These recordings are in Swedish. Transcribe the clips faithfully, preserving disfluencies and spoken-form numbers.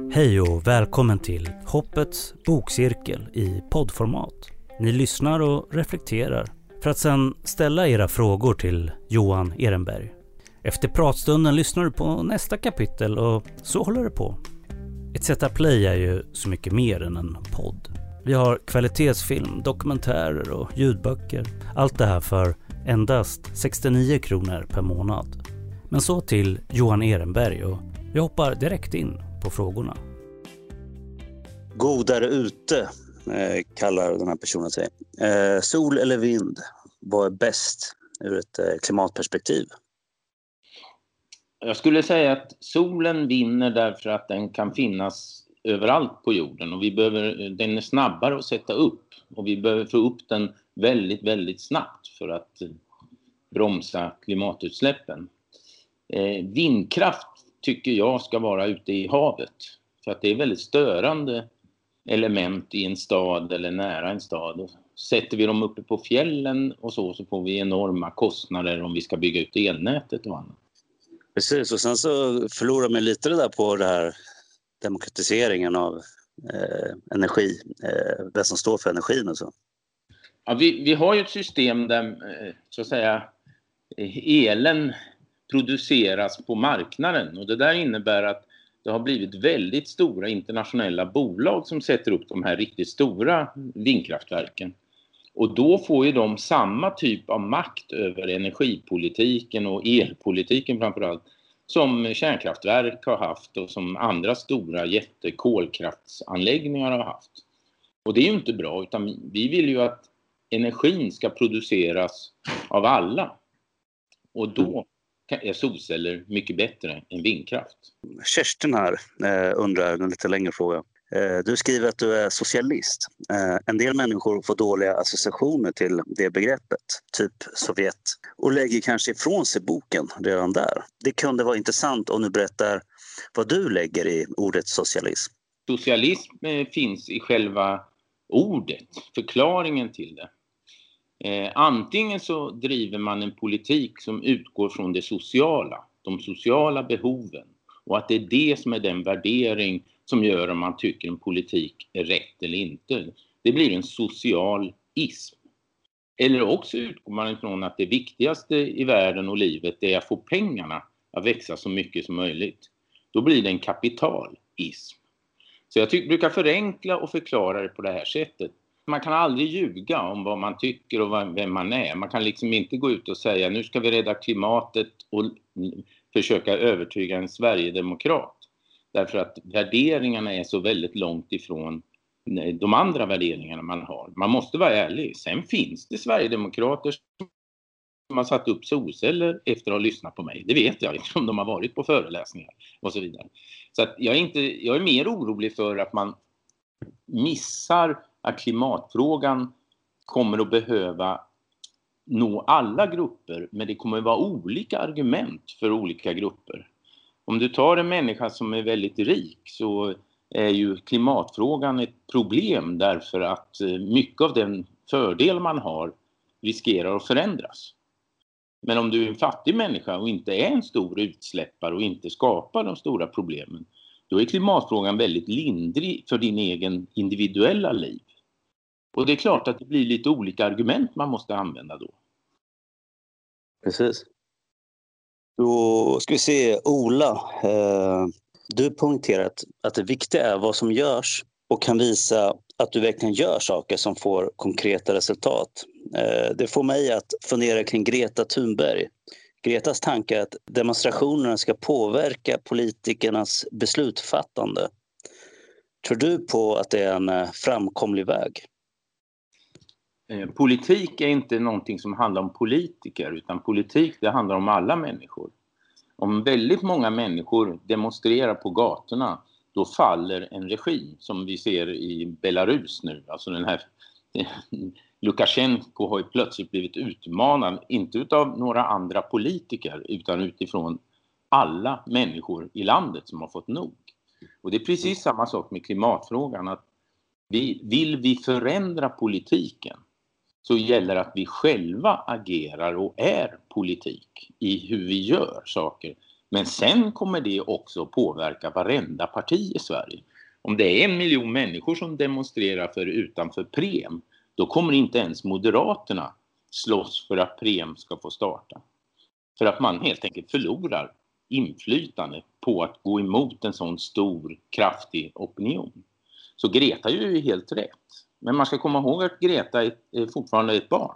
Hej och välkommen till Hoppets bokcirkel i poddformat. Ni lyssnar och reflekterar för att sedan ställa era frågor till Johan Ehrenberg. Efter pratstunden lyssnar du på nästa kapitel och så håller det på. Ett Setup Play är ju så mycket mer än en podd. Vi har kvalitetsfilm, dokumentärer och ljudböcker. Allt det här för endast sextionio kronor per månad. Men så till Johan Ehrenberg och vi hoppar direkt in på frågorna. Godare ute eh, kallar den här personen sig. Eh, sol eller vind? Vad är bäst ur ett eh, klimatperspektiv? Jag skulle säga att solen vinner därför att den kan finnas överallt på jorden. Och vi behöver, den är snabbare att sätta upp. Och vi behöver få upp den väldigt, väldigt snabbt för att bromsa klimatutsläppen. Eh, vindkraft tycker jag ska vara ute i havet. För att det är väldigt störande element i en stad eller nära en stad. Och sätter vi dem uppe på fjällen och så, så får vi enorma kostnader om vi ska bygga ut elnätet och annat. Precis, och sen så förlorar man lite det där på det här demokratiseringen av eh, energi, eh, det som står för energin och så. Ja, vi, vi har ju ett system där eh, så att säga elen produceras på marknaden och det där innebär att det har blivit väldigt stora internationella bolag som sätter upp de här riktigt stora vindkraftverken. Och då får ju de samma typ av makt över energipolitiken och elpolitiken framförallt som kärnkraftverk har haft och som andra stora jättekolkraftsanläggningar har haft. Och det är ju inte bra, utan vi vill ju att energin ska produceras av alla. Och då är solceller mycket bättre än vindkraft. Kerstin här eh, undrar en lite längre fråga. Eh, du skriver att du är socialist. Eh, en del människor får dåliga associationer till det begreppet, typ Sovjet, och lägger kanske ifrån sig boken redan där. Det kunde vara intressant om du berättar vad du lägger i ordet socialism. Socialism eh, finns i själva ordet, förklaringen till det. Eh, antingen så driver man en politik som utgår från det sociala, de sociala behoven. Och att det är det som är den värdering som gör om man tycker en politik är rätt eller inte. Det blir en social ism. Eller också utgår man ifrån att det viktigaste i världen och livet är att få pengarna att växa så mycket som möjligt. Då blir det en kapitalism. Så jag tycker, brukar förenkla och förklara det på det här sättet. Man kan aldrig ljuga om vad man tycker och vem man är. Man kan liksom inte gå ut och säga nu ska vi rädda klimatet och försöka övertyga en Sverigedemokrat. Därför att värderingarna är så väldigt långt ifrån de andra värderingarna man har. Man måste vara ärlig. Sen finns det Sverigedemokrater som har satt upp solceller efter att ha lyssnat på mig. Det vet jag, eftersom de har varit på föreläsningar och så vidare. Så att jag, är inte, jag är mer orolig för att man missar att klimatfrågan kommer att behöva nå alla grupper, men det kommer att vara olika argument för olika grupper. Om du tar en människa som är väldigt rik så är ju klimatfrågan ett problem därför att mycket av den fördel man har riskerar att förändras. Men om du är en fattig människa och inte är en stor utsläppare och inte skapar de stora problemen, då är klimatfrågan väldigt lindrig för din egen individuella liv. Och det är klart att det blir lite olika argument man måste använda då. Precis. Då ska vi se, Ola. Eh, du poängterat att det viktiga är vad som görs och kan visa att du verkligen gör saker som får konkreta resultat. Eh, det får mig att fundera kring Greta Thunberg. Gretas tanke är att demonstrationerna ska påverka politikernas beslutfattande. Tror du på att det är en framkomlig väg? Politik är inte någonting som handlar om politiker, utan politik det handlar om alla människor. Om väldigt många människor demonstrerar på gatorna, då faller en regim som vi ser i Belarus nu. Alltså den här Lukasjenko har ju plötsligt blivit utmanad, inte utav några andra politiker utan utifrån alla människor i landet som har fått nog. Och det är precis samma sak med klimatfrågan, att vi, vill vi förändra politiken så gäller att vi själva agerar och är politik i hur vi gör saker. Men sen kommer det också påverka varenda parti i Sverige. Om det är en miljon människor som demonstrerar för utanför Prem, då kommer inte ens Moderaterna slåss för att Prem ska få starta. För att man helt enkelt förlorar inflytande på att gå emot en sån stor, kraftig opinion. Så Greta är ju helt rätt. Men man ska komma ihåg att Greta är fortfarande ett barn.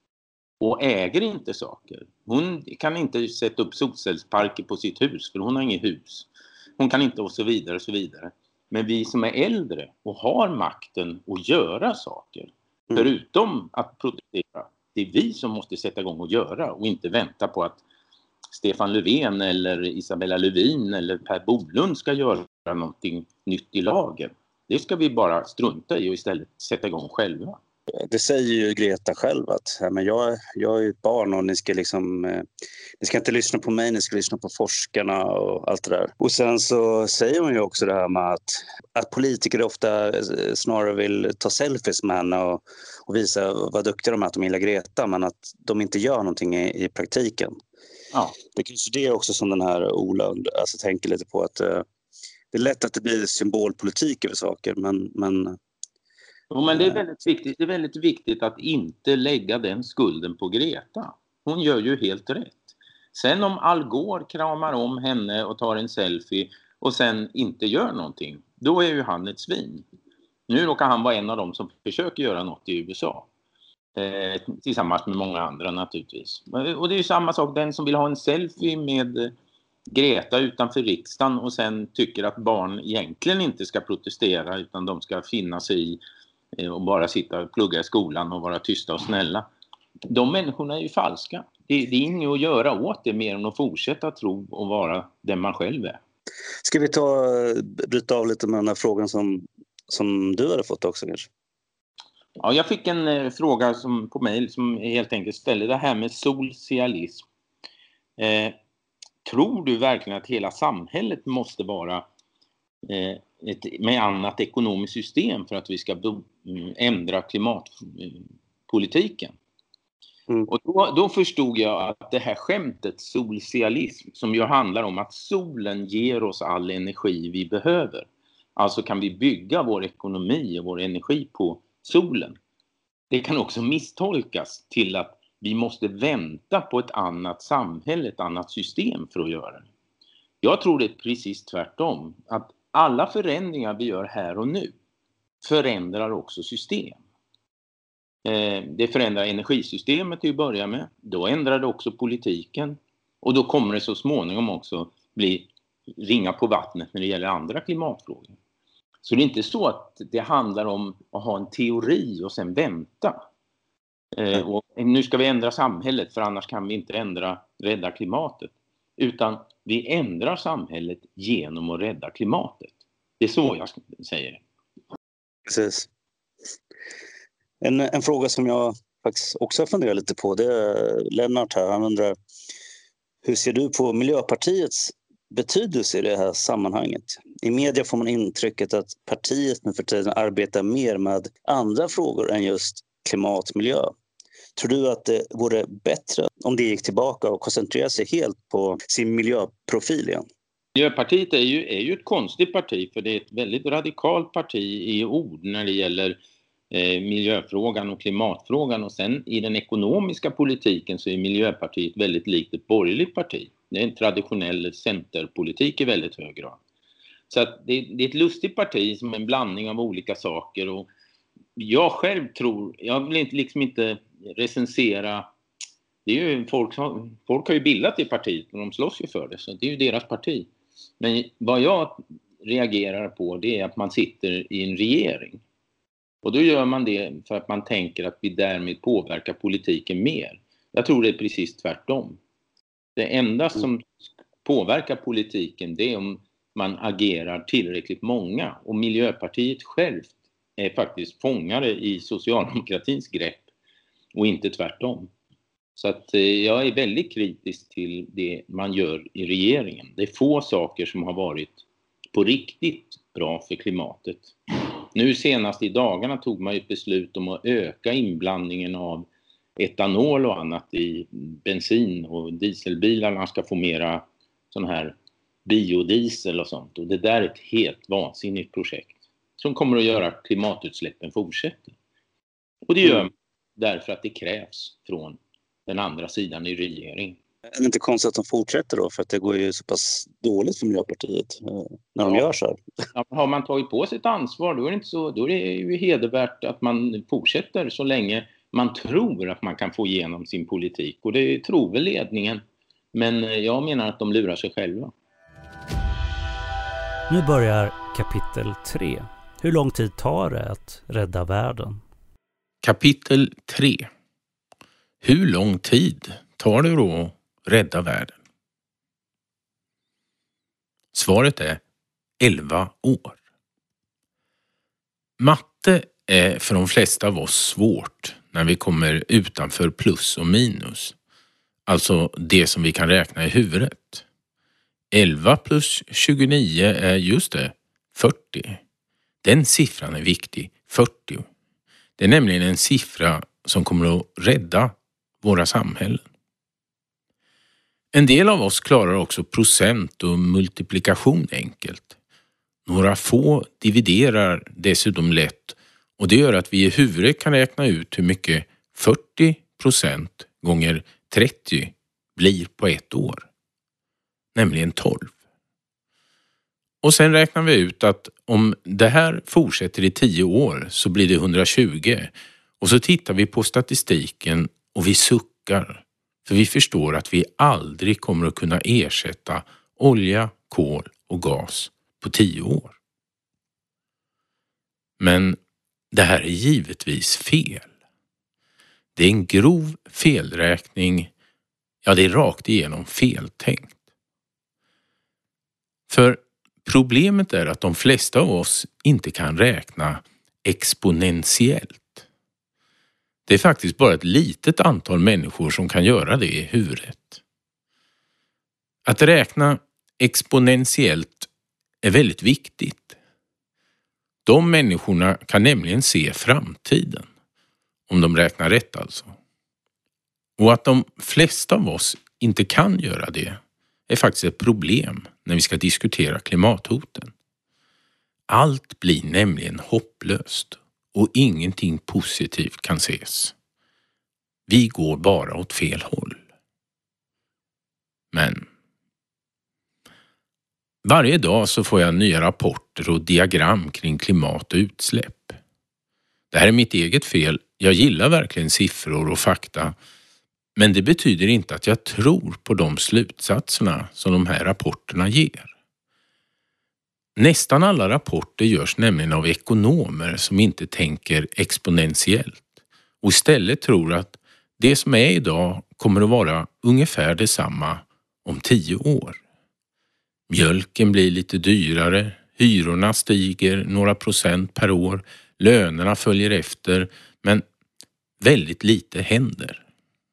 Och äger inte saker. Hon kan inte sätta upp solcellsparker på sitt hus, för hon har inget hus. Hon kan inte och så vidare och så vidare. Men vi som är äldre och har makten att göra saker, mm. förutom att protestera, det är vi som måste sätta igång och göra och inte vänta på att Stefan Löfven eller Isabella Lövin eller Per Bolund ska göra någonting nytt i lagen. Det ska vi bara strunta i och istället sätta igång själva. Det säger ju Greta själv att ja, men jag, jag är ett barn och ni ska liksom eh, ni ska inte lyssna på mig, ni ska lyssna på forskarna och allt det där. Och sen så säger hon ju också det här med att, att politiker ofta snarare vill ta selfies med henne och, och visa vad duktiga de är att de gillar Greta, men att de inte gör någonting i, i praktiken. Ja. Det är kanske det också som den här Ola alltså, tänker lite på att eh, det är lätt att det blir symbolpolitik över saker, men, men Jo, men det är väldigt viktigt, det är väldigt viktigt att inte lägga den skulden på Greta. Hon gör ju helt rätt. Sen om Al Gore kramar om henne och tar en selfie och sen inte gör någonting, då är ju han ett svin. Nu råkar han vara en av dem som försöker göra något i U S A. Eh, tillsammans med många andra naturligtvis. Och det är ju samma sak, den som vill ha en selfie med Greta utanför riksdagen och sen tycker att barn egentligen inte ska protestera utan de ska finna sig i och bara sitta och plugga i skolan och vara tysta och snälla. De människorna är ju falska. Det, det är inget att göra åt det mer än att fortsätta tro och vara den man själv är. Ska vi ta bryta av lite med den här frågan som, som du hade fått också kanske? Ja, jag fick en eh, fråga som, på mejl som helt enkelt ställde det här med socialism. Eh, tror du verkligen att hela samhället måste vara eh, ett med annat ekonomiskt system för att vi ska do, ändra klimatpolitiken? Mm. Och då, då förstod jag att det här skämtet socialism, som ju handlar om att solen ger oss all energi vi behöver. Alltså kan vi bygga vår ekonomi och vår energi på solen. Det kan också misstolkas till att vi måste vänta på ett annat samhälle, ett annat system för att göra det. Jag tror det är precis tvärtom. Att alla förändringar vi gör här och nu förändrar också system. Det förändrar energisystemet till att börja med. Då ändrar det också politiken. Och då kommer det så småningom också bli ringa på vattnet när det gäller andra klimatfrågor. Så det är inte så att det handlar om att ha en teori och sen vänta. Eh, och nu ska vi ändra samhället för annars kan vi inte ändra, rädda klimatet. Utan vi ändrar samhället genom att rädda klimatet. Det är så jag säger. Precis. En, en fråga som jag faktiskt också funderar lite på, det är Lennart här. Han undrar, hur ser du på Miljöpartiets betydelse i det här sammanhanget? I media får man intrycket att partiet nu för tiden arbetar mer med andra frågor än just klimatmiljö. Tror du att det vore bättre om det gick tillbaka och koncentrerade sig helt på sin miljöprofil igen? Miljöpartiet är ju, är ju ett konstigt parti, för det är ett väldigt radikalt parti i ord när det gäller eh, miljöfrågan och klimatfrågan. Och sen i den ekonomiska politiken så är Miljöpartiet väldigt likt ett borgerligt parti. Det är en traditionell centerpolitik i väldigt hög grad. Så att det, det är ett lustigt parti som är en blandning av olika saker. Och jag själv tror, jag vill inte liksom inte recensera, det är ju folk, folk har ju bildat det partiet och de slåss ju för det, så det är ju deras parti. Men vad jag reagerar på, det är att man sitter i en regering. Och då gör man det för att man tänker att vi därmed påverkar politiken mer. Jag tror det är precis tvärtom. Det enda som påverkar politiken, det är om man agerar tillräckligt många. Och Miljöpartiet självt är faktiskt fångare i socialdemokratins grepp och inte tvärtom. Så att eh, jag är väldigt kritisk till det man gör i regeringen. Det är få saker som har varit på riktigt bra för klimatet. Nu senast i dagarna tog man ett beslut om att öka inblandningen av etanol och annat i bensin, och dieselbilarna ska få mera sån här biodiesel och sånt. Och det där är ett helt vansinnigt projekt som kommer att göra att klimatutsläppen fortsätter. Och det gör man därför att det krävs från den andra sidan i regeringen. Är det inte konstigt att de fortsätter då? För att det går ju så pass dåligt för Miljöpartiet eh, när de Ja. gör så här. Ja, har man tagit på sig ett ansvar, då är det inte så, då är det ju hedervärt att man fortsätter så länge man tror att man kan få igenom sin politik. Och det tror väl ledningen. Men jag menar att de lurar sig själva. Nu börjar kapitel tre. Hur lång tid tar det att rädda världen? Kapitel tre. Hur lång tid tar det då att rädda världen? Svaret är elva år. Matte är för de flesta av oss svårt när vi kommer utanför plus och minus. Alltså det som vi kan räkna i huvudet. elva plus tjugonio är just det, fyrtio. Den siffran är viktig, fyrtio. Det är nämligen en siffra som kommer att rädda våra samhällen. En del av oss klarar också procent och multiplikation enkelt. Några få dividerar dessutom lätt och det gör att vi i huvudet kan räkna ut hur mycket fyrtio procent gånger trettio blir på ett år. Nämligen tolv. Och sen räknar vi ut att om det här fortsätter i tio år så blir det hundratjugo. Och så tittar vi på statistiken och vi suckar. För vi förstår att vi aldrig kommer att kunna ersätta olja, kol och gas på tio år. Men det här är givetvis fel. Det är en grov felräkning. Ja, det är rakt igenom feltänkt. För problemet är att de flesta av oss inte kan räkna exponentiellt. Det är faktiskt bara ett litet antal människor som kan göra det i huvudet. Att räkna exponentiellt är väldigt viktigt. De människorna kan nämligen se framtiden, om de räknar rätt alltså. Och att de flesta av oss inte kan göra det är faktiskt ett problem när vi ska diskutera klimathoten. Allt blir nämligen hopplöst och ingenting positivt kan ses. Vi går bara åt fel håll. Men varje dag så får jag nya rapporter och diagram kring klimat och utsläpp. Det här är mitt eget fel. Jag gillar verkligen siffror och fakta. Men det betyder inte att jag tror på de slutsatserna som de här rapporterna ger. Nästan alla rapporter görs nämligen av ekonomer som inte tänker exponentiellt och istället tror att det som är idag kommer att vara ungefär detsamma om tio år. Mjölken blir lite dyrare, hyrorna stiger några procent per år, lönerna följer efter, men väldigt lite händer.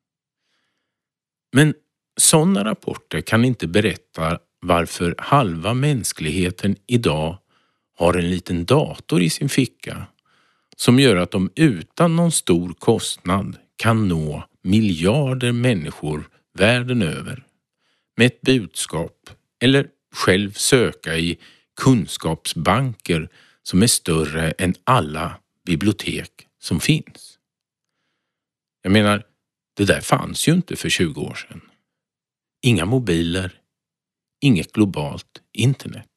Men sådana rapporter kan inte berätta varför halva mänskligheten idag har en liten dator i sin ficka som gör att de utan någon stor kostnad kan nå miljarder människor världen över med ett budskap eller själv söka i kunskapsbanker som är större än alla bibliotek som finns. Jag menar, det där fanns ju inte för tjugo år sedan. Inga mobiler, inget globalt internet.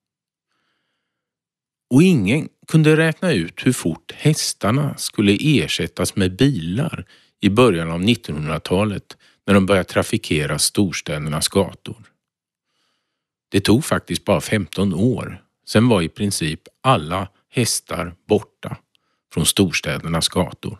Och ingen kunde räkna ut hur fort hästarna skulle ersättas med bilar i början av nittonhundratalet när de började trafikera storstädernas gator. Det tog faktiskt bara femton år. Sen var i princip alla hästar borta från storstädernas gator.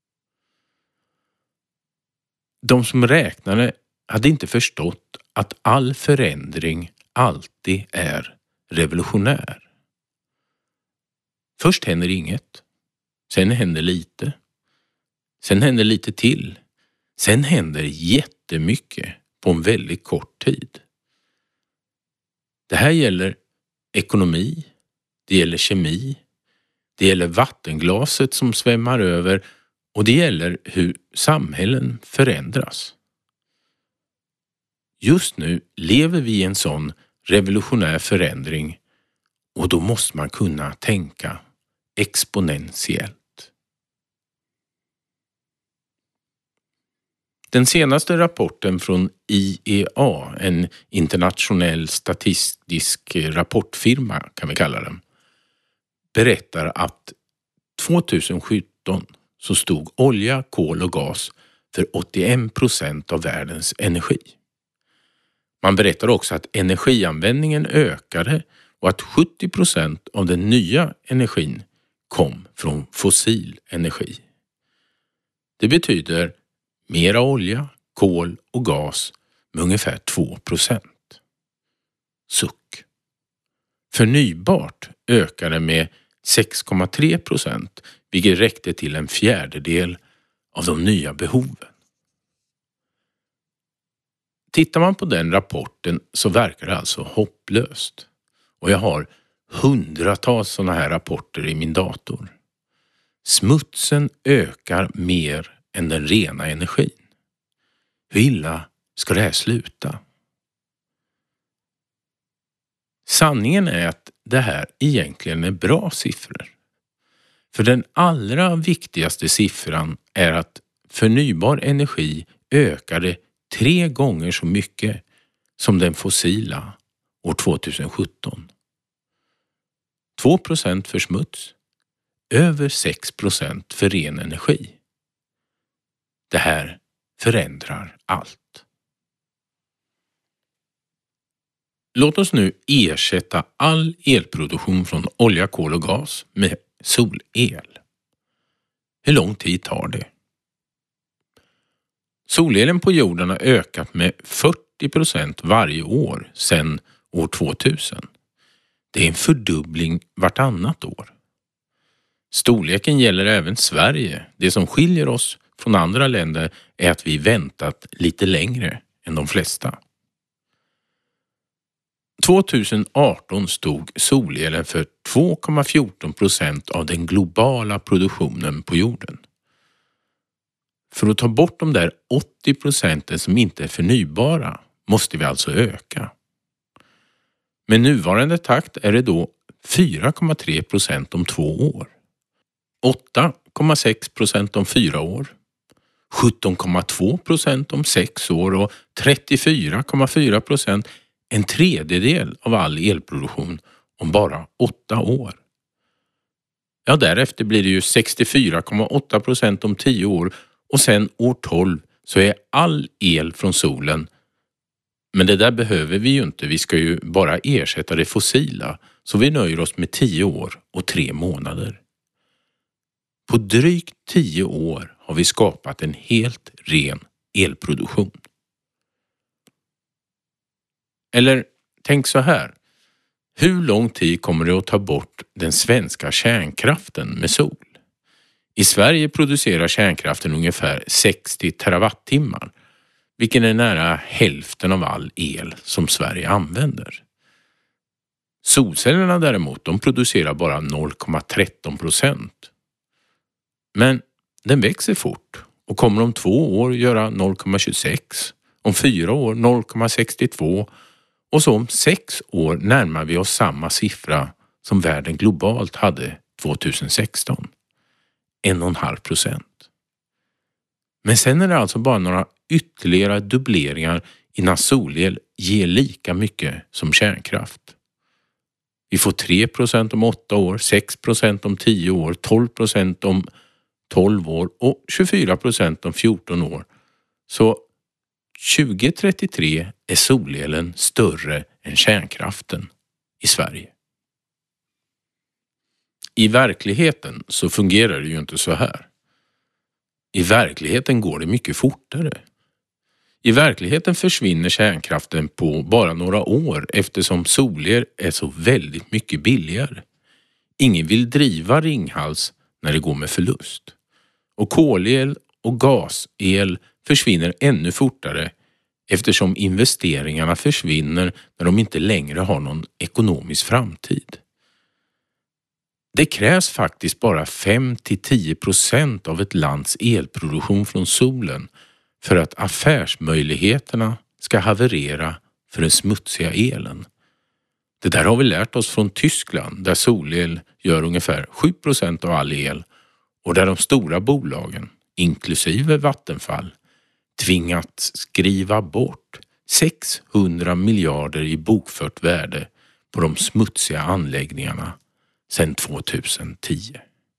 De som räknade hade inte förstått att all förändring alltid är revolutionär. Först händer inget. Sen händer lite. Sen händer lite till. Sen händer jättemycket på en väldigt kort tid. Det här gäller ekonomi, det gäller kemi, det gäller vattenglaset som svämmar över och det gäller hur samhällen förändras. Just nu lever vi i en sån revolutionär förändring och då måste man kunna tänka exponentiellt. Den senaste rapporten från I E A, en internationell statistisk rapportfirma kan vi kalla den, berättar att tjugohundrasjutton så stod olja, kol och gas för åttioen procent av världens energi. Man berättar också att energianvändningen ökade och att sjuttio procent av den nya energin kom från fossil energi. Det betyder mera olja, kol och gas med ungefär två procent. Suck. Förnybart ökade med sex komma tre procent, vilket räckte till en fjärdedel av de nya behoven. Tittar man på den rapporten så verkar det alltså hopplöst. Och jag har hundratals sådana här rapporter i min dator. Smutsen ökar mer än den rena energin. Hur illa ska det här sluta? Sanningen är att det här egentligen är bra siffror. För den allra viktigaste siffran är att förnybar energi ökade tre gånger så mycket som den fossila år tjugosjutton. två procent för smuts, över sex procent för ren energi. Det här förändrar allt. Låt oss nu ersätta all elproduktion från olja, kol och gas med solel. Hur lång tid tar det? Solelen på jorden har ökat med fyrtio procent varje år sedan år tvåtusen. Det är en fördubbling vartannat år. Storleken gäller även Sverige. Det som skiljer oss från andra länder är att vi väntat lite längre än de flesta. tjugoarton stod solelen för två komma fjorton procent av den globala produktionen på jorden. För att ta bort de där åttio procenten som inte är förnybara måste vi alltså öka. Med nuvarande takt är det då fyra komma tre procent om två år, åtta komma sex procent om fyra år, sjutton komma två procent om sex år och trettiofyra komma fyra procent, en tredjedel av all elproduktion om bara åtta år. Ja, därefter blir det ju sextiofyra komma åtta procent om tio år och sen år tolv så är all el från solen. Men det där behöver vi ju inte, vi ska ju bara ersätta det fossila, så vi nöjer oss med tio år och tre månader. På drygt tio år har vi skapat en helt ren elproduktion. Eller tänk så här, hur lång tid kommer det att ta bort den svenska kärnkraften med sol? I Sverige producerar kärnkraften ungefär sextio terawattimmar, vilket är nära hälften av all el som Sverige använder. Solcellerna däremot, de producerar bara noll komma tretton procent. Men den växer fort och kommer om två år göra noll komma tjugosex, om fyra år noll komma sextiotvå och så om sex år närmar vi oss samma siffra som världen globalt hade tjugosexton. En och en halv procent. Men sen är det alltså bara några ytterligare dubbleringar innan solel ger lika mycket som kärnkraft. Vi får tre procent om åtta år, sex procent om tio år, tolv procent om tolv år och tjugofyra procent om fjorton år. Så tjugo trettiotre är solelen större än kärnkraften i Sverige. I verkligheten så fungerar det ju inte så här. I verkligheten går det mycket fortare. I verkligheten försvinner kärnkraften på bara några år eftersom solel är så väldigt mycket billigare. Ingen vill driva Ringhals när det går med förlust. Och kolel och gasel försvinner ännu fortare eftersom investeringarna försvinner när de inte längre har någon ekonomisk framtid. Det krävs faktiskt bara fem till tio procent av ett lands elproduktion från solen för att affärsmöjligheterna ska haverera för den smutsiga elen. Det där har vi lärt oss från Tyskland, där solel gör ungefär sju procent av all el och där de stora bolagen, inklusive Vattenfall, tvingat skriva bort sexhundra miljarder i bokfört värde på de smutsiga anläggningarna sedan tjugohundratio.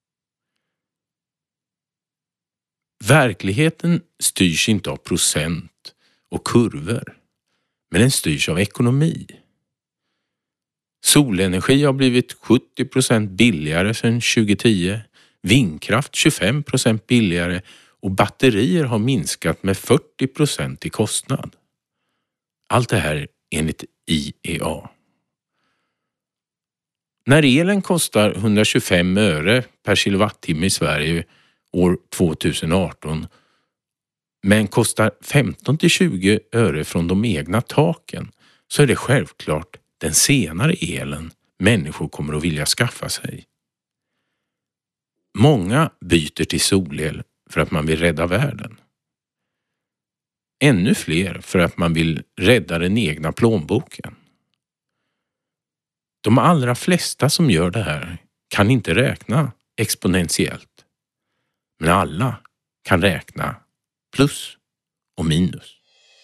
Verkligheten styrs inte av procent och kurvor, men den styrs av ekonomi. Solenergi har blivit sjuttio procent billigare sedan tjugohundratio, vindkraft tjugofem procent billigare och batterier har minskat med fyrtio procent i kostnad. Allt det här enligt I E A. När elen kostar hundratjugofem öre per kilowattimme i Sverige år tjugoarton men kostar femton till tjugo öre från de egna taken, så är det självklart den senare elen människor kommer att vilja skaffa sig. Många byter till solel för att man vill rädda världen. Ännu fler för att man vill rädda den egna plånboken. De allra flesta som gör det här kan inte räkna exponentiellt. Men alla kan räkna plus och minus.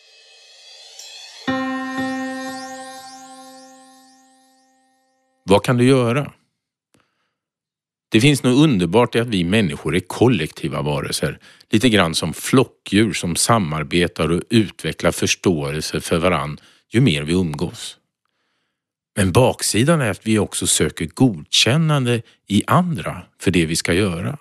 Vad kan du göra? Det finns något underbart i att vi människor är kollektiva varelser. Lite grann som flockdjur som samarbetar och utvecklar förståelse för varann ju mer vi umgås. Men baksidan är att vi också söker godkännande i andra för det vi ska göra.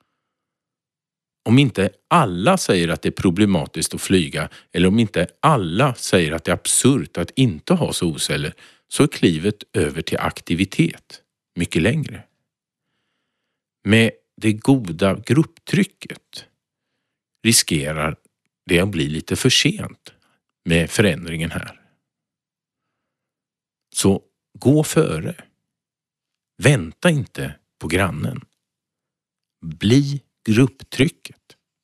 Om inte alla säger att det är problematiskt att flyga eller om inte alla säger att det är absurt att inte ha solceller, så är klivet över till aktivitet mycket längre. Med det goda grupptrycket riskerar det att bli lite för sent med förändringen här. Så gå före. Vänta inte på grannen. Bli grupptrycket.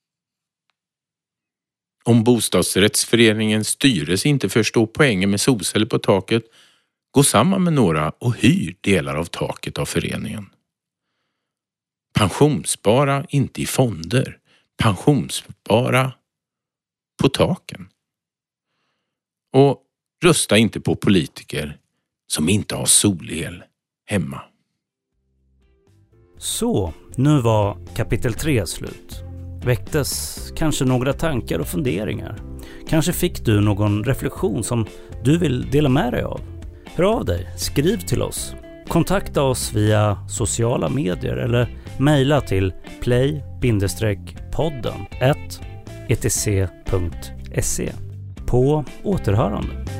Om bostadsrättsföreningens styrelse inte förstår poängen med solceller på taket, gå samman med några och hyr delar av taket av föreningen. Pensionsspara inte i fonder. Pensionsspara på taken. Och rösta inte på politiker som inte har solel hemma. Så, nu var kapitel tre slut. Väcktes kanske några tankar och funderingar. Kanske fick du någon reflektion som du vill dela med dig av. Hör av dig, skriv till oss. Kontakta oss via sociala medier eller mejla till play podden at e t c punkt se. På återhörande.